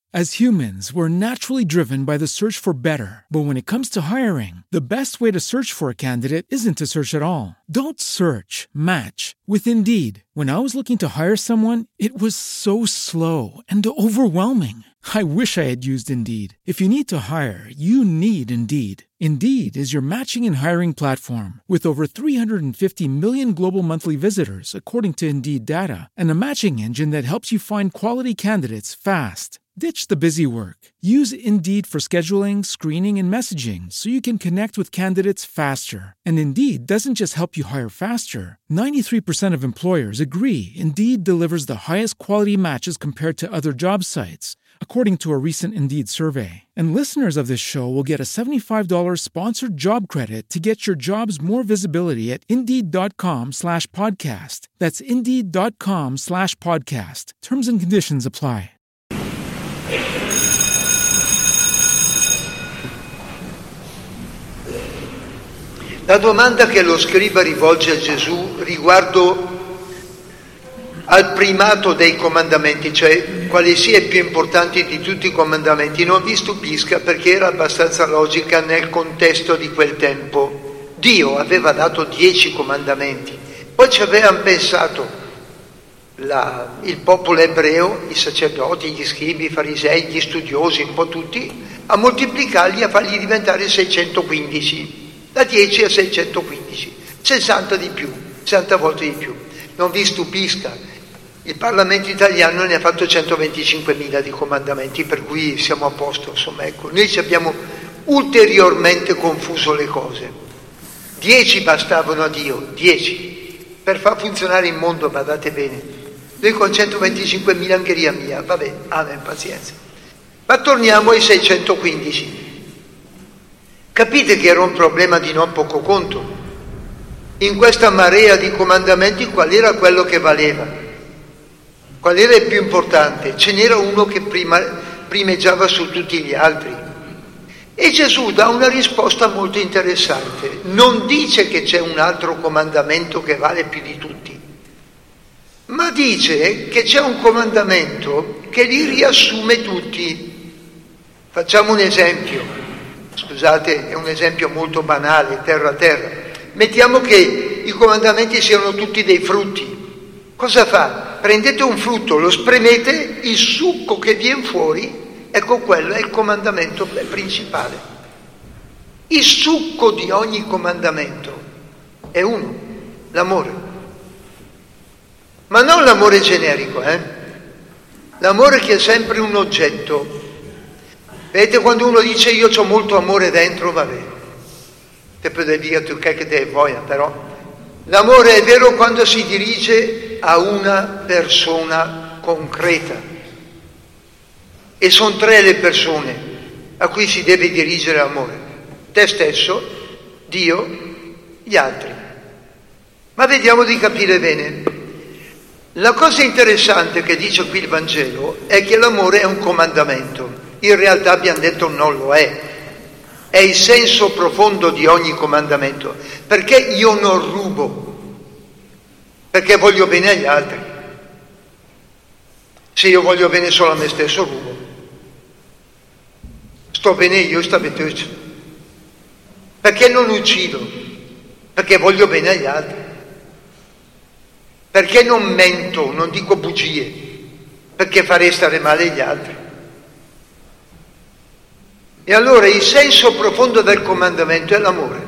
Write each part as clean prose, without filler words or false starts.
As humans, we're naturally driven by the search for better. But when it comes to hiring, the best way to search for a candidate isn't to search at all. Don't search, match with Indeed. When I was looking to hire someone, it was so slow and overwhelming. I wish I had used Indeed. If you need to hire, you need Indeed. Indeed is your matching and hiring platform with over 350 million global monthly visitors, according to Indeed data, and a matching engine that helps you find quality candidates fast. Ditch the busy work. Use Indeed for scheduling, screening, and messaging so you can connect with candidates faster. And Indeed doesn't just help you hire faster. 93% of employers agree Indeed delivers the highest quality matches compared to other job sites, according to a recent Indeed survey. And listeners of this show will get a $75 sponsored job credit to get your jobs more visibility at Indeed.com/podcast. That's Indeed.com/podcast. Terms and conditions apply. La domanda che lo scriba rivolge a Gesù riguardo al primato dei comandamenti, cioè quale sia il più importante di tutti i comandamenti, non vi stupisca, perché era abbastanza logica nel contesto di quel tempo. Dio aveva dato 10 comandamenti, poi ci avevano pensato il popolo ebreo, i sacerdoti, gli scribi, i farisei, gli studiosi, un po' tutti, a moltiplicarli, a farli diventare 615, da 10 a 615, 60 di più, 60 volte di più. Non vi stupisca, il Parlamento italiano ne ha fatto 125.000 di comandamenti, per cui siamo a posto, insomma, ecco. Noi ci abbiamo ulteriormente confuso le cose. 10 bastavano a Dio, 10, per far funzionare il mondo, badate bene. Noi con 125.000 angheria mia, vabbè, amen, pazienza. Ma torniamo ai 615. Capite che era un problema di non poco conto. In questa marea di comandamenti qual era quello che valeva? Qual era il più importante? Ce n'era uno che primeggiava su tutti gli altri. E Gesù dà una risposta molto interessante. Non dice che c'è un altro comandamento che vale più di tutti, ma dice che c'è un comandamento che li riassume tutti. Facciamo un esempio. Scusate, è un esempio molto banale, terra a terra. Mettiamo che i comandamenti siano tutti dei frutti. Cosa fa? Prendete un frutto, lo spremete, il succo che viene fuori, ecco, quello è il comandamento principale. Il succo di ogni comandamento è uno, l'amore. Ma non l'amore generico, l'amore che è sempre un oggetto. Vedete, quando uno dice io ho molto amore dentro, vabbè, te puoi dire tu che te voglia, però l'amore è vero quando si dirige a una persona concreta, e sono 3 le persone a cui si deve dirigere l'amore: te stesso, Dio, gli altri. Ma vediamo di capire bene. La cosa interessante che dice qui il Vangelo è che l'amore è un comandamento. In realtà abbiamo detto non lo è. È il senso profondo di ogni comandamento. Perché io non rubo? Perché voglio bene agli altri. Se io voglio bene solo a me stesso, rubo. Sto bene io, sta bene tu. Perché non uccido? Perché voglio bene agli altri. Perché non mento, non dico bugie? Perché farei stare male gli altri. E allora il senso profondo del comandamento è l'amore.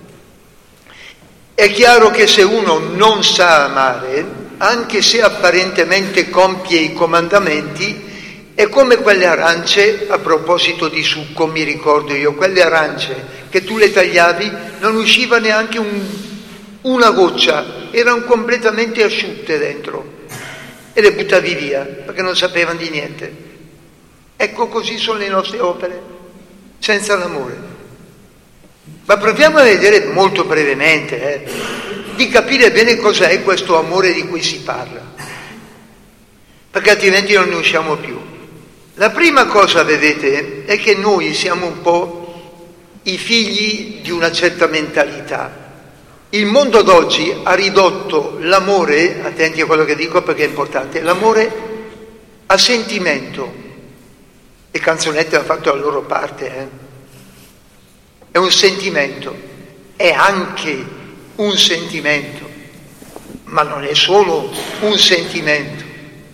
È chiaro che se uno non sa amare, anche se apparentemente compie i comandamenti, è come quelle arance, a proposito di succo, mi ricordo io, quelle arance che tu le tagliavi, non usciva neanche una goccia, erano completamente asciutte dentro e le buttavi via perché non sapevano di niente. Ecco, così sono le nostre opere, senza l'amore. Ma proviamo a vedere molto brevemente, di capire bene cos'è questo amore di cui si parla, perché altrimenti non ne usciamo più. La prima cosa, vedete, è che noi siamo un po' i figli di una certa mentalità. Il mondo d'oggi ha ridotto l'amore, attenti a quello che dico perché è importante, l'amore a sentimento. Le canzonette hanno fatto la loro parte, È un sentimento, è anche un sentimento, ma non è solo un sentimento.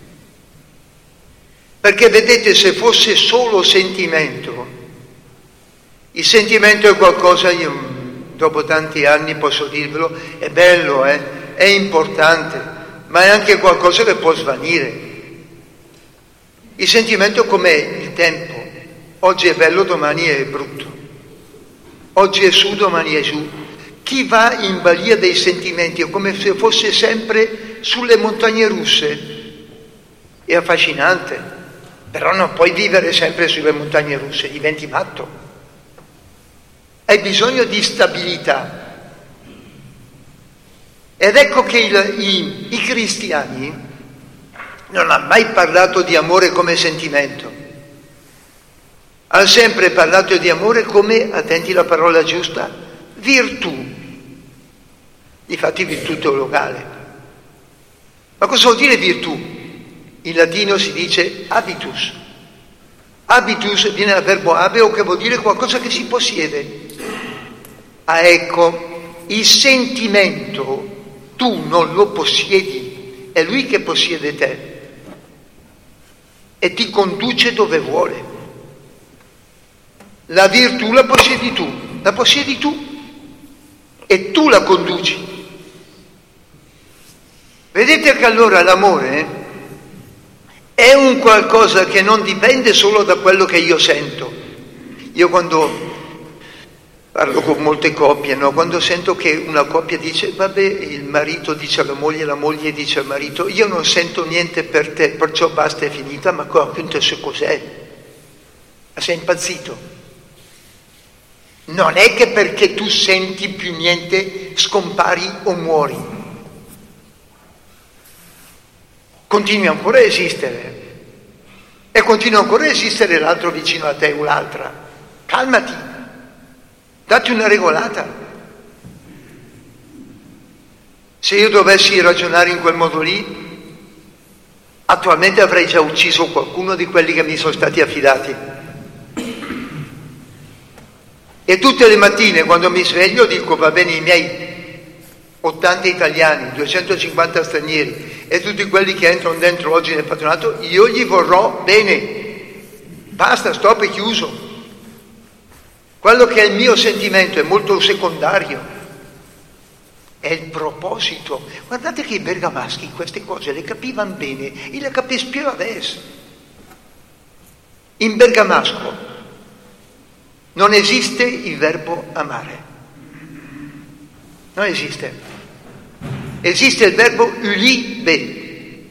Perché vedete, se fosse solo sentimento, il sentimento è qualcosa, io dopo tanti anni posso dirvelo, è bello, è importante, ma è anche qualcosa che può svanire. Il sentimento come il tempo, oggi è bello, domani è brutto, oggi è su, domani è giù. Chi va in balia dei sentimenti è come se fosse sempre sulle montagne russe, è affascinante, però non puoi vivere sempre sulle montagne russe, diventi matto. Hai bisogno di stabilità. Ed ecco che i cristiani non hanno mai parlato di amore come sentimento. Hanno sempre parlato di amore come, attenti la parola giusta, virtù. Difatti virtù teologale. Ma cosa vuol dire virtù? In latino si dice habitus. Habitus viene dal verbo habeo, che vuol dire qualcosa che si possiede. Ah, ecco, il sentimento tu non lo possiedi, è lui che possiede te e ti conduce dove vuole. La virtù la possiedi tu e tu la conduci. Vedete che allora l'amore è un qualcosa che non dipende solo da quello che io sento. Io quando parlo con molte coppie, quando sento che una coppia dice vabbè, il marito dice alla moglie, la moglie dice al marito, io non sento niente per te, perciò basta, è finita. Ma appunto cos'è? Ma sei impazzito? Non è che perché tu senti più niente scompari o muori. Continui ancora a esistere e continua ancora a esistere l'altro vicino a te o l'altra. Calmati, datti una regolata. Se io dovessi ragionare in quel modo lì, attualmente avrei già ucciso qualcuno di quelli che mi sono stati affidati. E tutte le mattine quando mi sveglio dico va bene, i miei 80 italiani, 250 stranieri e tutti quelli che entrano dentro oggi nel patronato, io gli vorrò bene. Basta, stop e chiuso. Quello che è il mio sentimento è molto secondario, è il proposito. Guardate che i bergamaschi queste cose le capivano bene e le capisco più adesso. In bergamasco non esiste il verbo amare, non esiste. Esiste il verbo ulibe,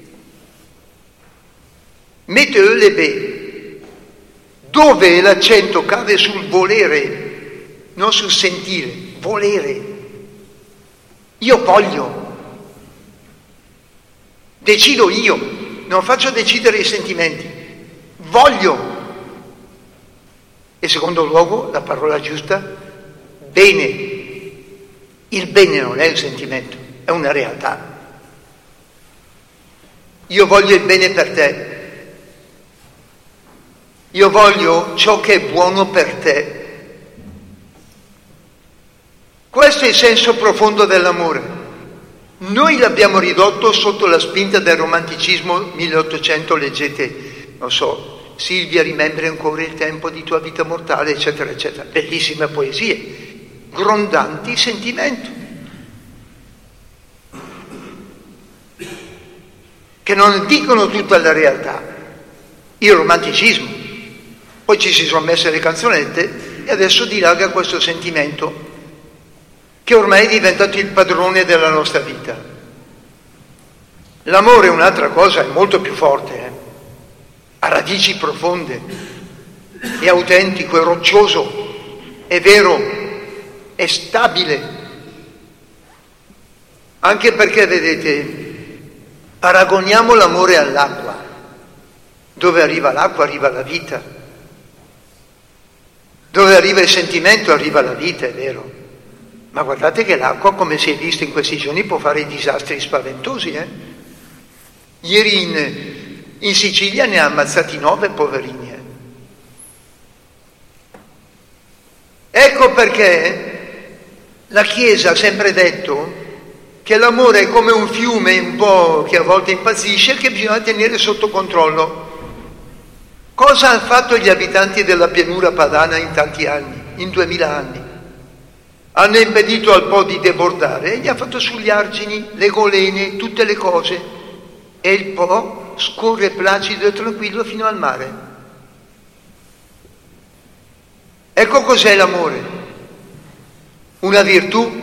mette le be, dove l'accento cade sul volere, non sul sentire, volere. Io voglio, decido io, non faccio decidere i sentimenti, voglio. E secondo luogo, la parola giusta, bene. Il bene non è un sentimento, è una realtà. Io voglio il bene per te. Io voglio ciò che è buono per te. Questo è il senso profondo dell'amore. Noi l'abbiamo ridotto sotto la spinta del romanticismo 1800, leggete, non so, Silvia, rimembri ancora il tempo di tua vita mortale, eccetera, eccetera. Bellissime poesie, grondanti sentimento, che non dicono tutta la realtà. Il romanticismo. Poi ci si sono messe le canzonette e adesso dilaga questo sentimento che ormai è diventato il padrone della nostra vita. L'amore è un'altra cosa, è molto più forte, ha radici profonde, è autentico, è roccioso, è vero, è stabile. Anche perché, vedete, paragoniamo l'amore all'acqua. Dove arriva l'acqua arriva la vita. Dove arriva il sentimento arriva la vita, è vero. Ma guardate che l'acqua, come si è visto in questi giorni, può fare disastri spaventosi. Ieri in Sicilia ne ha ammazzati 9 poverini. perché la Chiesa ha sempre detto che l'amore è come un fiume un po' che a volte impazzisce, che bisogna tenere sotto controllo. Cosa hanno fatto gli abitanti della pianura padana in tanti anni, in 2000 anni? Hanno impedito al Po di debordare e gli ha fatto sugli argini, le golene, tutte le cose, e il Po scorre placido e tranquillo fino al mare. Ecco cos'è l'amore: una virtù,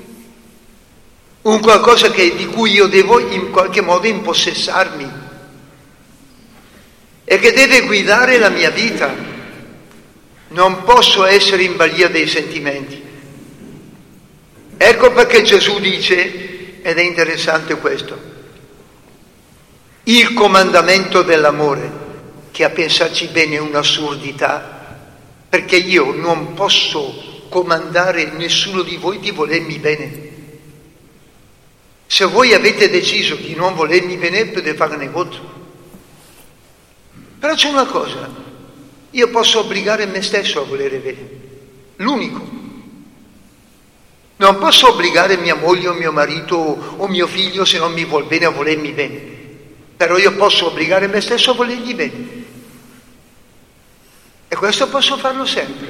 un qualcosa di cui io devo in qualche modo impossessarmi e che deve guidare la mia vita. Non posso essere in balia dei sentimenti. Ecco perché Gesù dice, ed è interessante questo, il comandamento dell'amore, che a pensarci bene è un'assurdità, perché io non posso comandare nessuno di voi di volermi bene. Se voi avete deciso di non volermi bene, potete farne voto. Però c'è una cosa: io posso obbligare me stesso a volere bene, l'unico. Non posso obbligare mia moglie o mio marito o mio figlio, se non mi vuol bene, a volermi bene. Però io posso obbligare me stesso a volergli bene. E questo posso farlo sempre.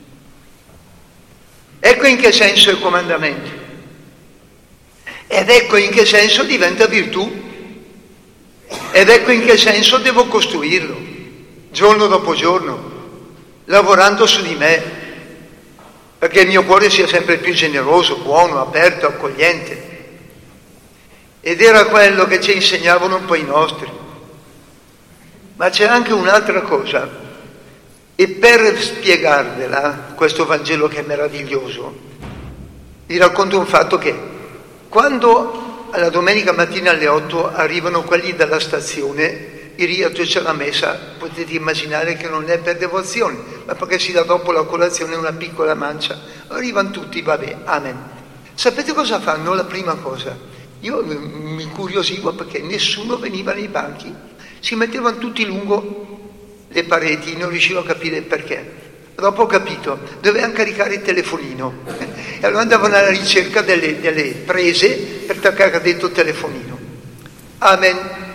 Ecco in che senso è comandamento. Ed ecco in che senso diventa virtù. Ed ecco in che senso devo costruirlo, giorno dopo giorno, lavorando su di me, perché il mio cuore sia sempre più generoso, buono, aperto, accogliente. Ed era quello che ci insegnavano un po' i nostri. Ma c'è anche un'altra cosa, e per spiegarvela, questo Vangelo che è meraviglioso, vi racconto un fatto: che quando alla domenica mattina alle 8 arrivano quelli dalla stazione, il rientro c'è la messa, potete immaginare che non è per devozione, ma perché si dà dopo la colazione una piccola mancia. Arrivano tutti, vabbè, amen. Sapete cosa fanno? La prima cosa, io mi incuriosivo perché nessuno veniva nei banchi, si mettevano tutti lungo le pareti, non riuscivo a capire perché. Dopo ho capito, dovevano caricare il telefonino e allora andavano alla ricerca delle prese per attaccare dentro il telefonino. Amen.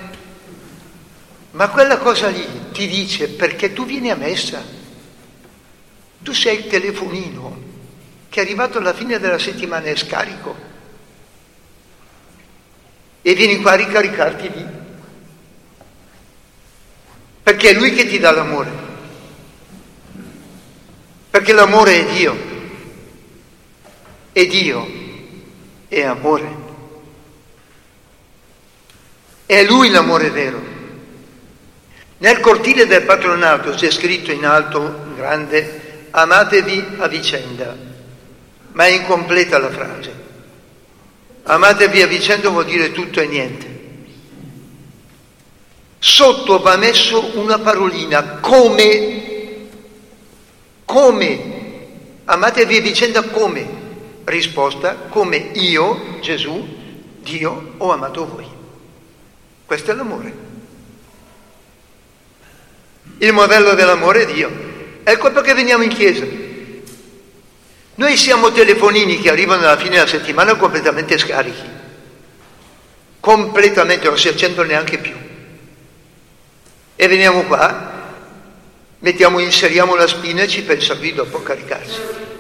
Ma quella cosa lì ti dice perché tu vieni a messa. Tu sei il telefonino che è arrivato alla fine della settimana e scarico e vieni qua a ricaricarti lì, perché è Lui che ti dà l'amore. Perché l'amore è Dio, e Dio è amore. È Lui l'amore vero. Nel cortile del patronato c'è scritto in alto, in grande, amatevi a vicenda, ma è incompleta la frase. Amatevi a vicenda vuol dire tutto e niente. Sotto va messo una parolina, come. Amatevi a vicenda come? Risposta: come io, Gesù, Dio, ho amato voi. Questo è l'amore. Il modello dell'amore è Dio. Ecco perché veniamo in chiesa. Noi siamo telefonini che arrivano alla fine della settimana completamente scarichi. Completamente, non si accendono neanche più. E veniamo qua, inseriamo la spina e ci pensa qui dopo a caricarsi.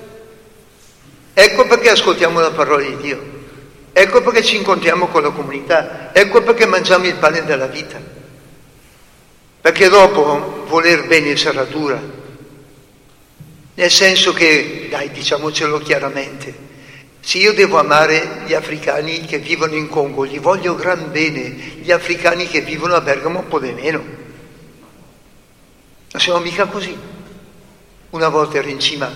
Ecco perché ascoltiamo la parola di Dio, ecco perché ci incontriamo con la comunità, ecco perché mangiamo il pane della vita, perché dopo voler bene sarà dura, nel senso che, dai, diciamocelo chiaramente, se io devo amare gli africani che vivono in Congo, gli voglio gran bene, gli africani che vivono a Bergamo un po' di meno. Non siamo mica così. Una volta ero in cima, ho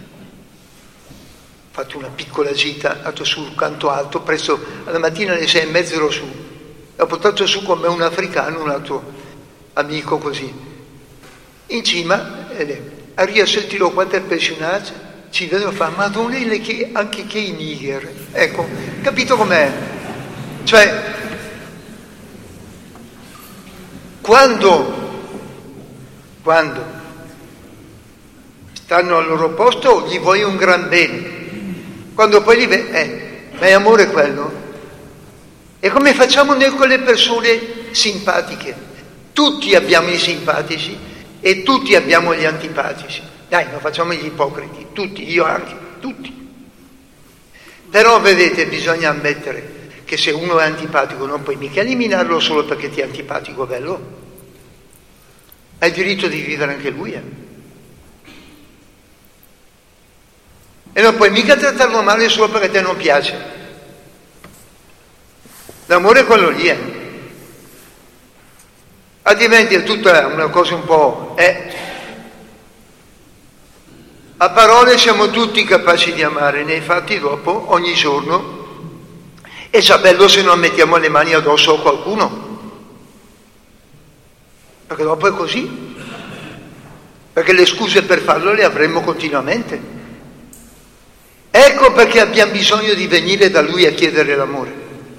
fatto una piccola gita, andato sul canto alto, presto alla mattina alle 6:30 ero su, ho portato su con me un africano, un altro amico così. In cima, arriva a sentire quanto è pensionato, ci vedono fare, ma non è che anche che i Niger. Ecco, capito com'è? Cioè, quando stanno al loro posto, gli vuoi un gran bene. Quando poi li vedi, ma è amore quello? E come facciamo noi con le persone simpatiche? Tutti abbiamo i simpatici e tutti abbiamo gli antipatici. Dai, non facciamo gli ipocriti, tutti, io anche, tutti. Però vedete, bisogna ammettere che se uno è antipatico non puoi mica eliminarlo solo perché ti è antipatico, bello. Hai diritto di vivere anche lui, E non puoi mica trattarlo male solo perché a te non piace. L'amore è quello lì, Altrimenti è tutta una cosa un po'... A parole siamo tutti capaci di amare, nei fatti dopo, ogni giorno, è già bello se non mettiamo le mani addosso a qualcuno, perché dopo è così, perché le scuse per farlo le avremo continuamente. Ecco perché abbiamo bisogno di venire da Lui a chiedere l'amore.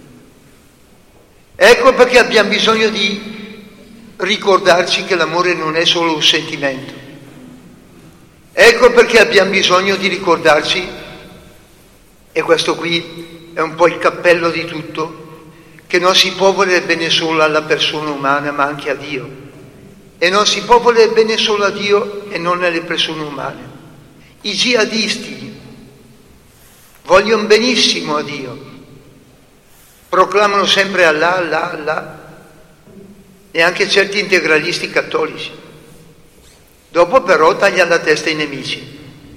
Ecco perché abbiamo bisogno di ricordarci che l'amore non è solo un sentimento. Ecco perché abbiamo bisogno di ricordarci, e questo qui è un po' il cappello di tutto, che non si può voler bene solo alla persona umana ma anche a Dio, e non si può voler bene solo a Dio e non alle persone umane. I jihadisti vogliono benissimo a Dio, proclamano sempre Allah, Allah, Allah, e anche certi integralisti cattolici. Dopo però taglia la testa ai nemici.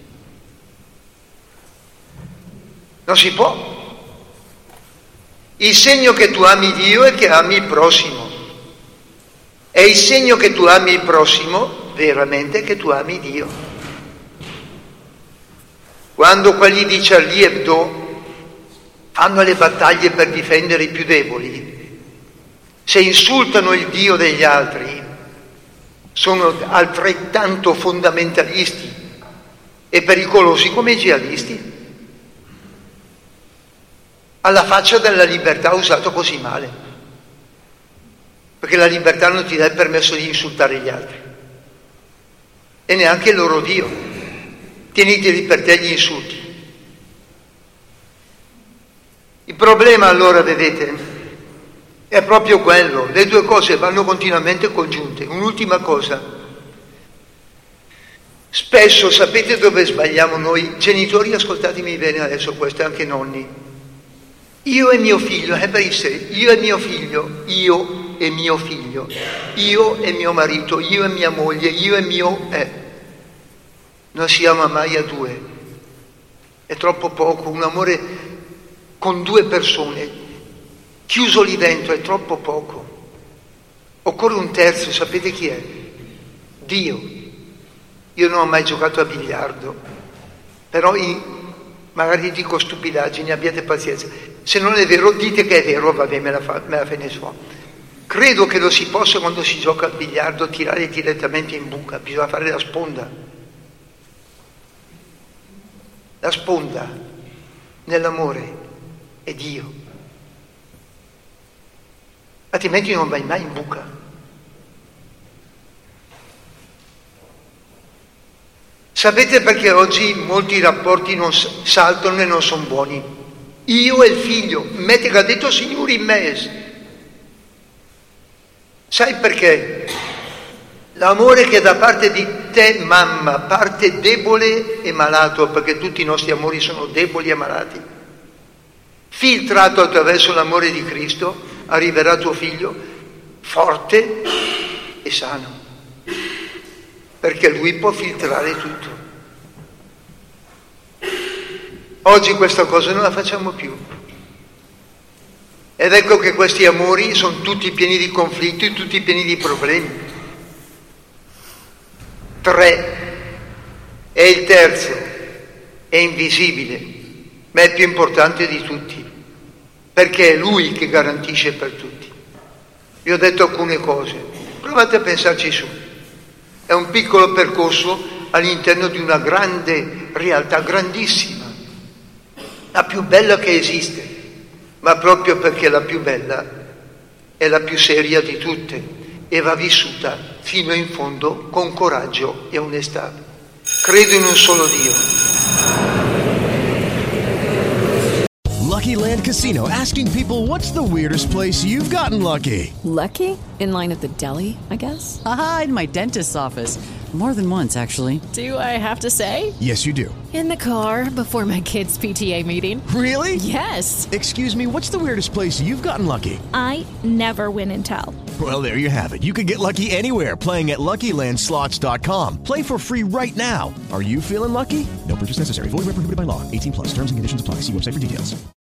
Non si può. Il segno che tu ami Dio è che ami il prossimo. È il segno che tu ami il prossimo, veramente, che tu ami Dio. Quando quelli di Charlie Hebdo fanno le battaglie per difendere i più deboli, se insultano il Dio degli altri, sono altrettanto fondamentalisti e pericolosi come i jihadisti. Alla faccia della libertà usato così male, perché la libertà non ti dà il permesso di insultare gli altri e neanche il loro Dio. Tieniteli per te gli insulti. Il problema allora, vedete, è proprio quello, le due cose vanno continuamente congiunte. Un'ultima cosa, spesso sapete dove sbagliamo noi? Genitori, ascoltatemi bene adesso questo, e anche nonni. Io e mio figlio, io e mio figlio, io e mio figlio, io e mio marito, io e mia moglie, io e mio... Non si ama mai a due, è troppo poco, un amore con due persone chiuso lì dentro è troppo poco. Occorre un terzo, sapete chi è? Dio. Io non ho mai giocato a biliardo, però magari dico stupidaggini, abbiate pazienza. Se non è vero, dite che è vero, vabbè, me la fe ne so. Credo che lo si possa, quando si gioca a biliardo, tirare direttamente in buca, bisogna fare la sponda. La sponda nell'amore è Dio. Altrimenti non vai mai in buca. Sapete perché oggi molti rapporti non saltano e non sono buoni? Io e il figlio, mette che ha detto Signore in me. Sai perché? L'amore che da parte di te, mamma, parte debole e malato, perché tutti i nostri amori sono deboli e malati, filtrato attraverso l'amore di Cristo, arriverà tuo figlio forte e sano, perché lui può filtrare tutto. Oggi questa cosa non la facciamo più. Ed ecco che questi amori sono tutti pieni di conflitti, tutti pieni di problemi. 3. E il terzo è invisibile, ma è più importante di tutti, perché è Lui che garantisce per tutti. Vi ho detto alcune cose, provate a pensarci su. È un piccolo percorso all'interno di una grande realtà, grandissima, la più bella che esiste, ma proprio perché la più bella è la più seria di tutte e va vissuta fino in fondo con coraggio e onestà. Credo in un solo Dio. Lucky Land Casino, asking people, what's the weirdest place you've gotten lucky? Lucky? In line at the deli, I guess? Aha, in my dentist's office. More than once, actually. Do I have to say? Yes, you do. In the car before my kids' PTA meeting. Really? Yes. Excuse me, what's the weirdest place you've gotten lucky? I never win and tell. Well, there you have it. You can get lucky anywhere, playing at LuckyLandSlots.com. Play for free right now. Are you feeling lucky? No purchase necessary. Void where prohibited by law. 18+. Terms and conditions apply. See website for details.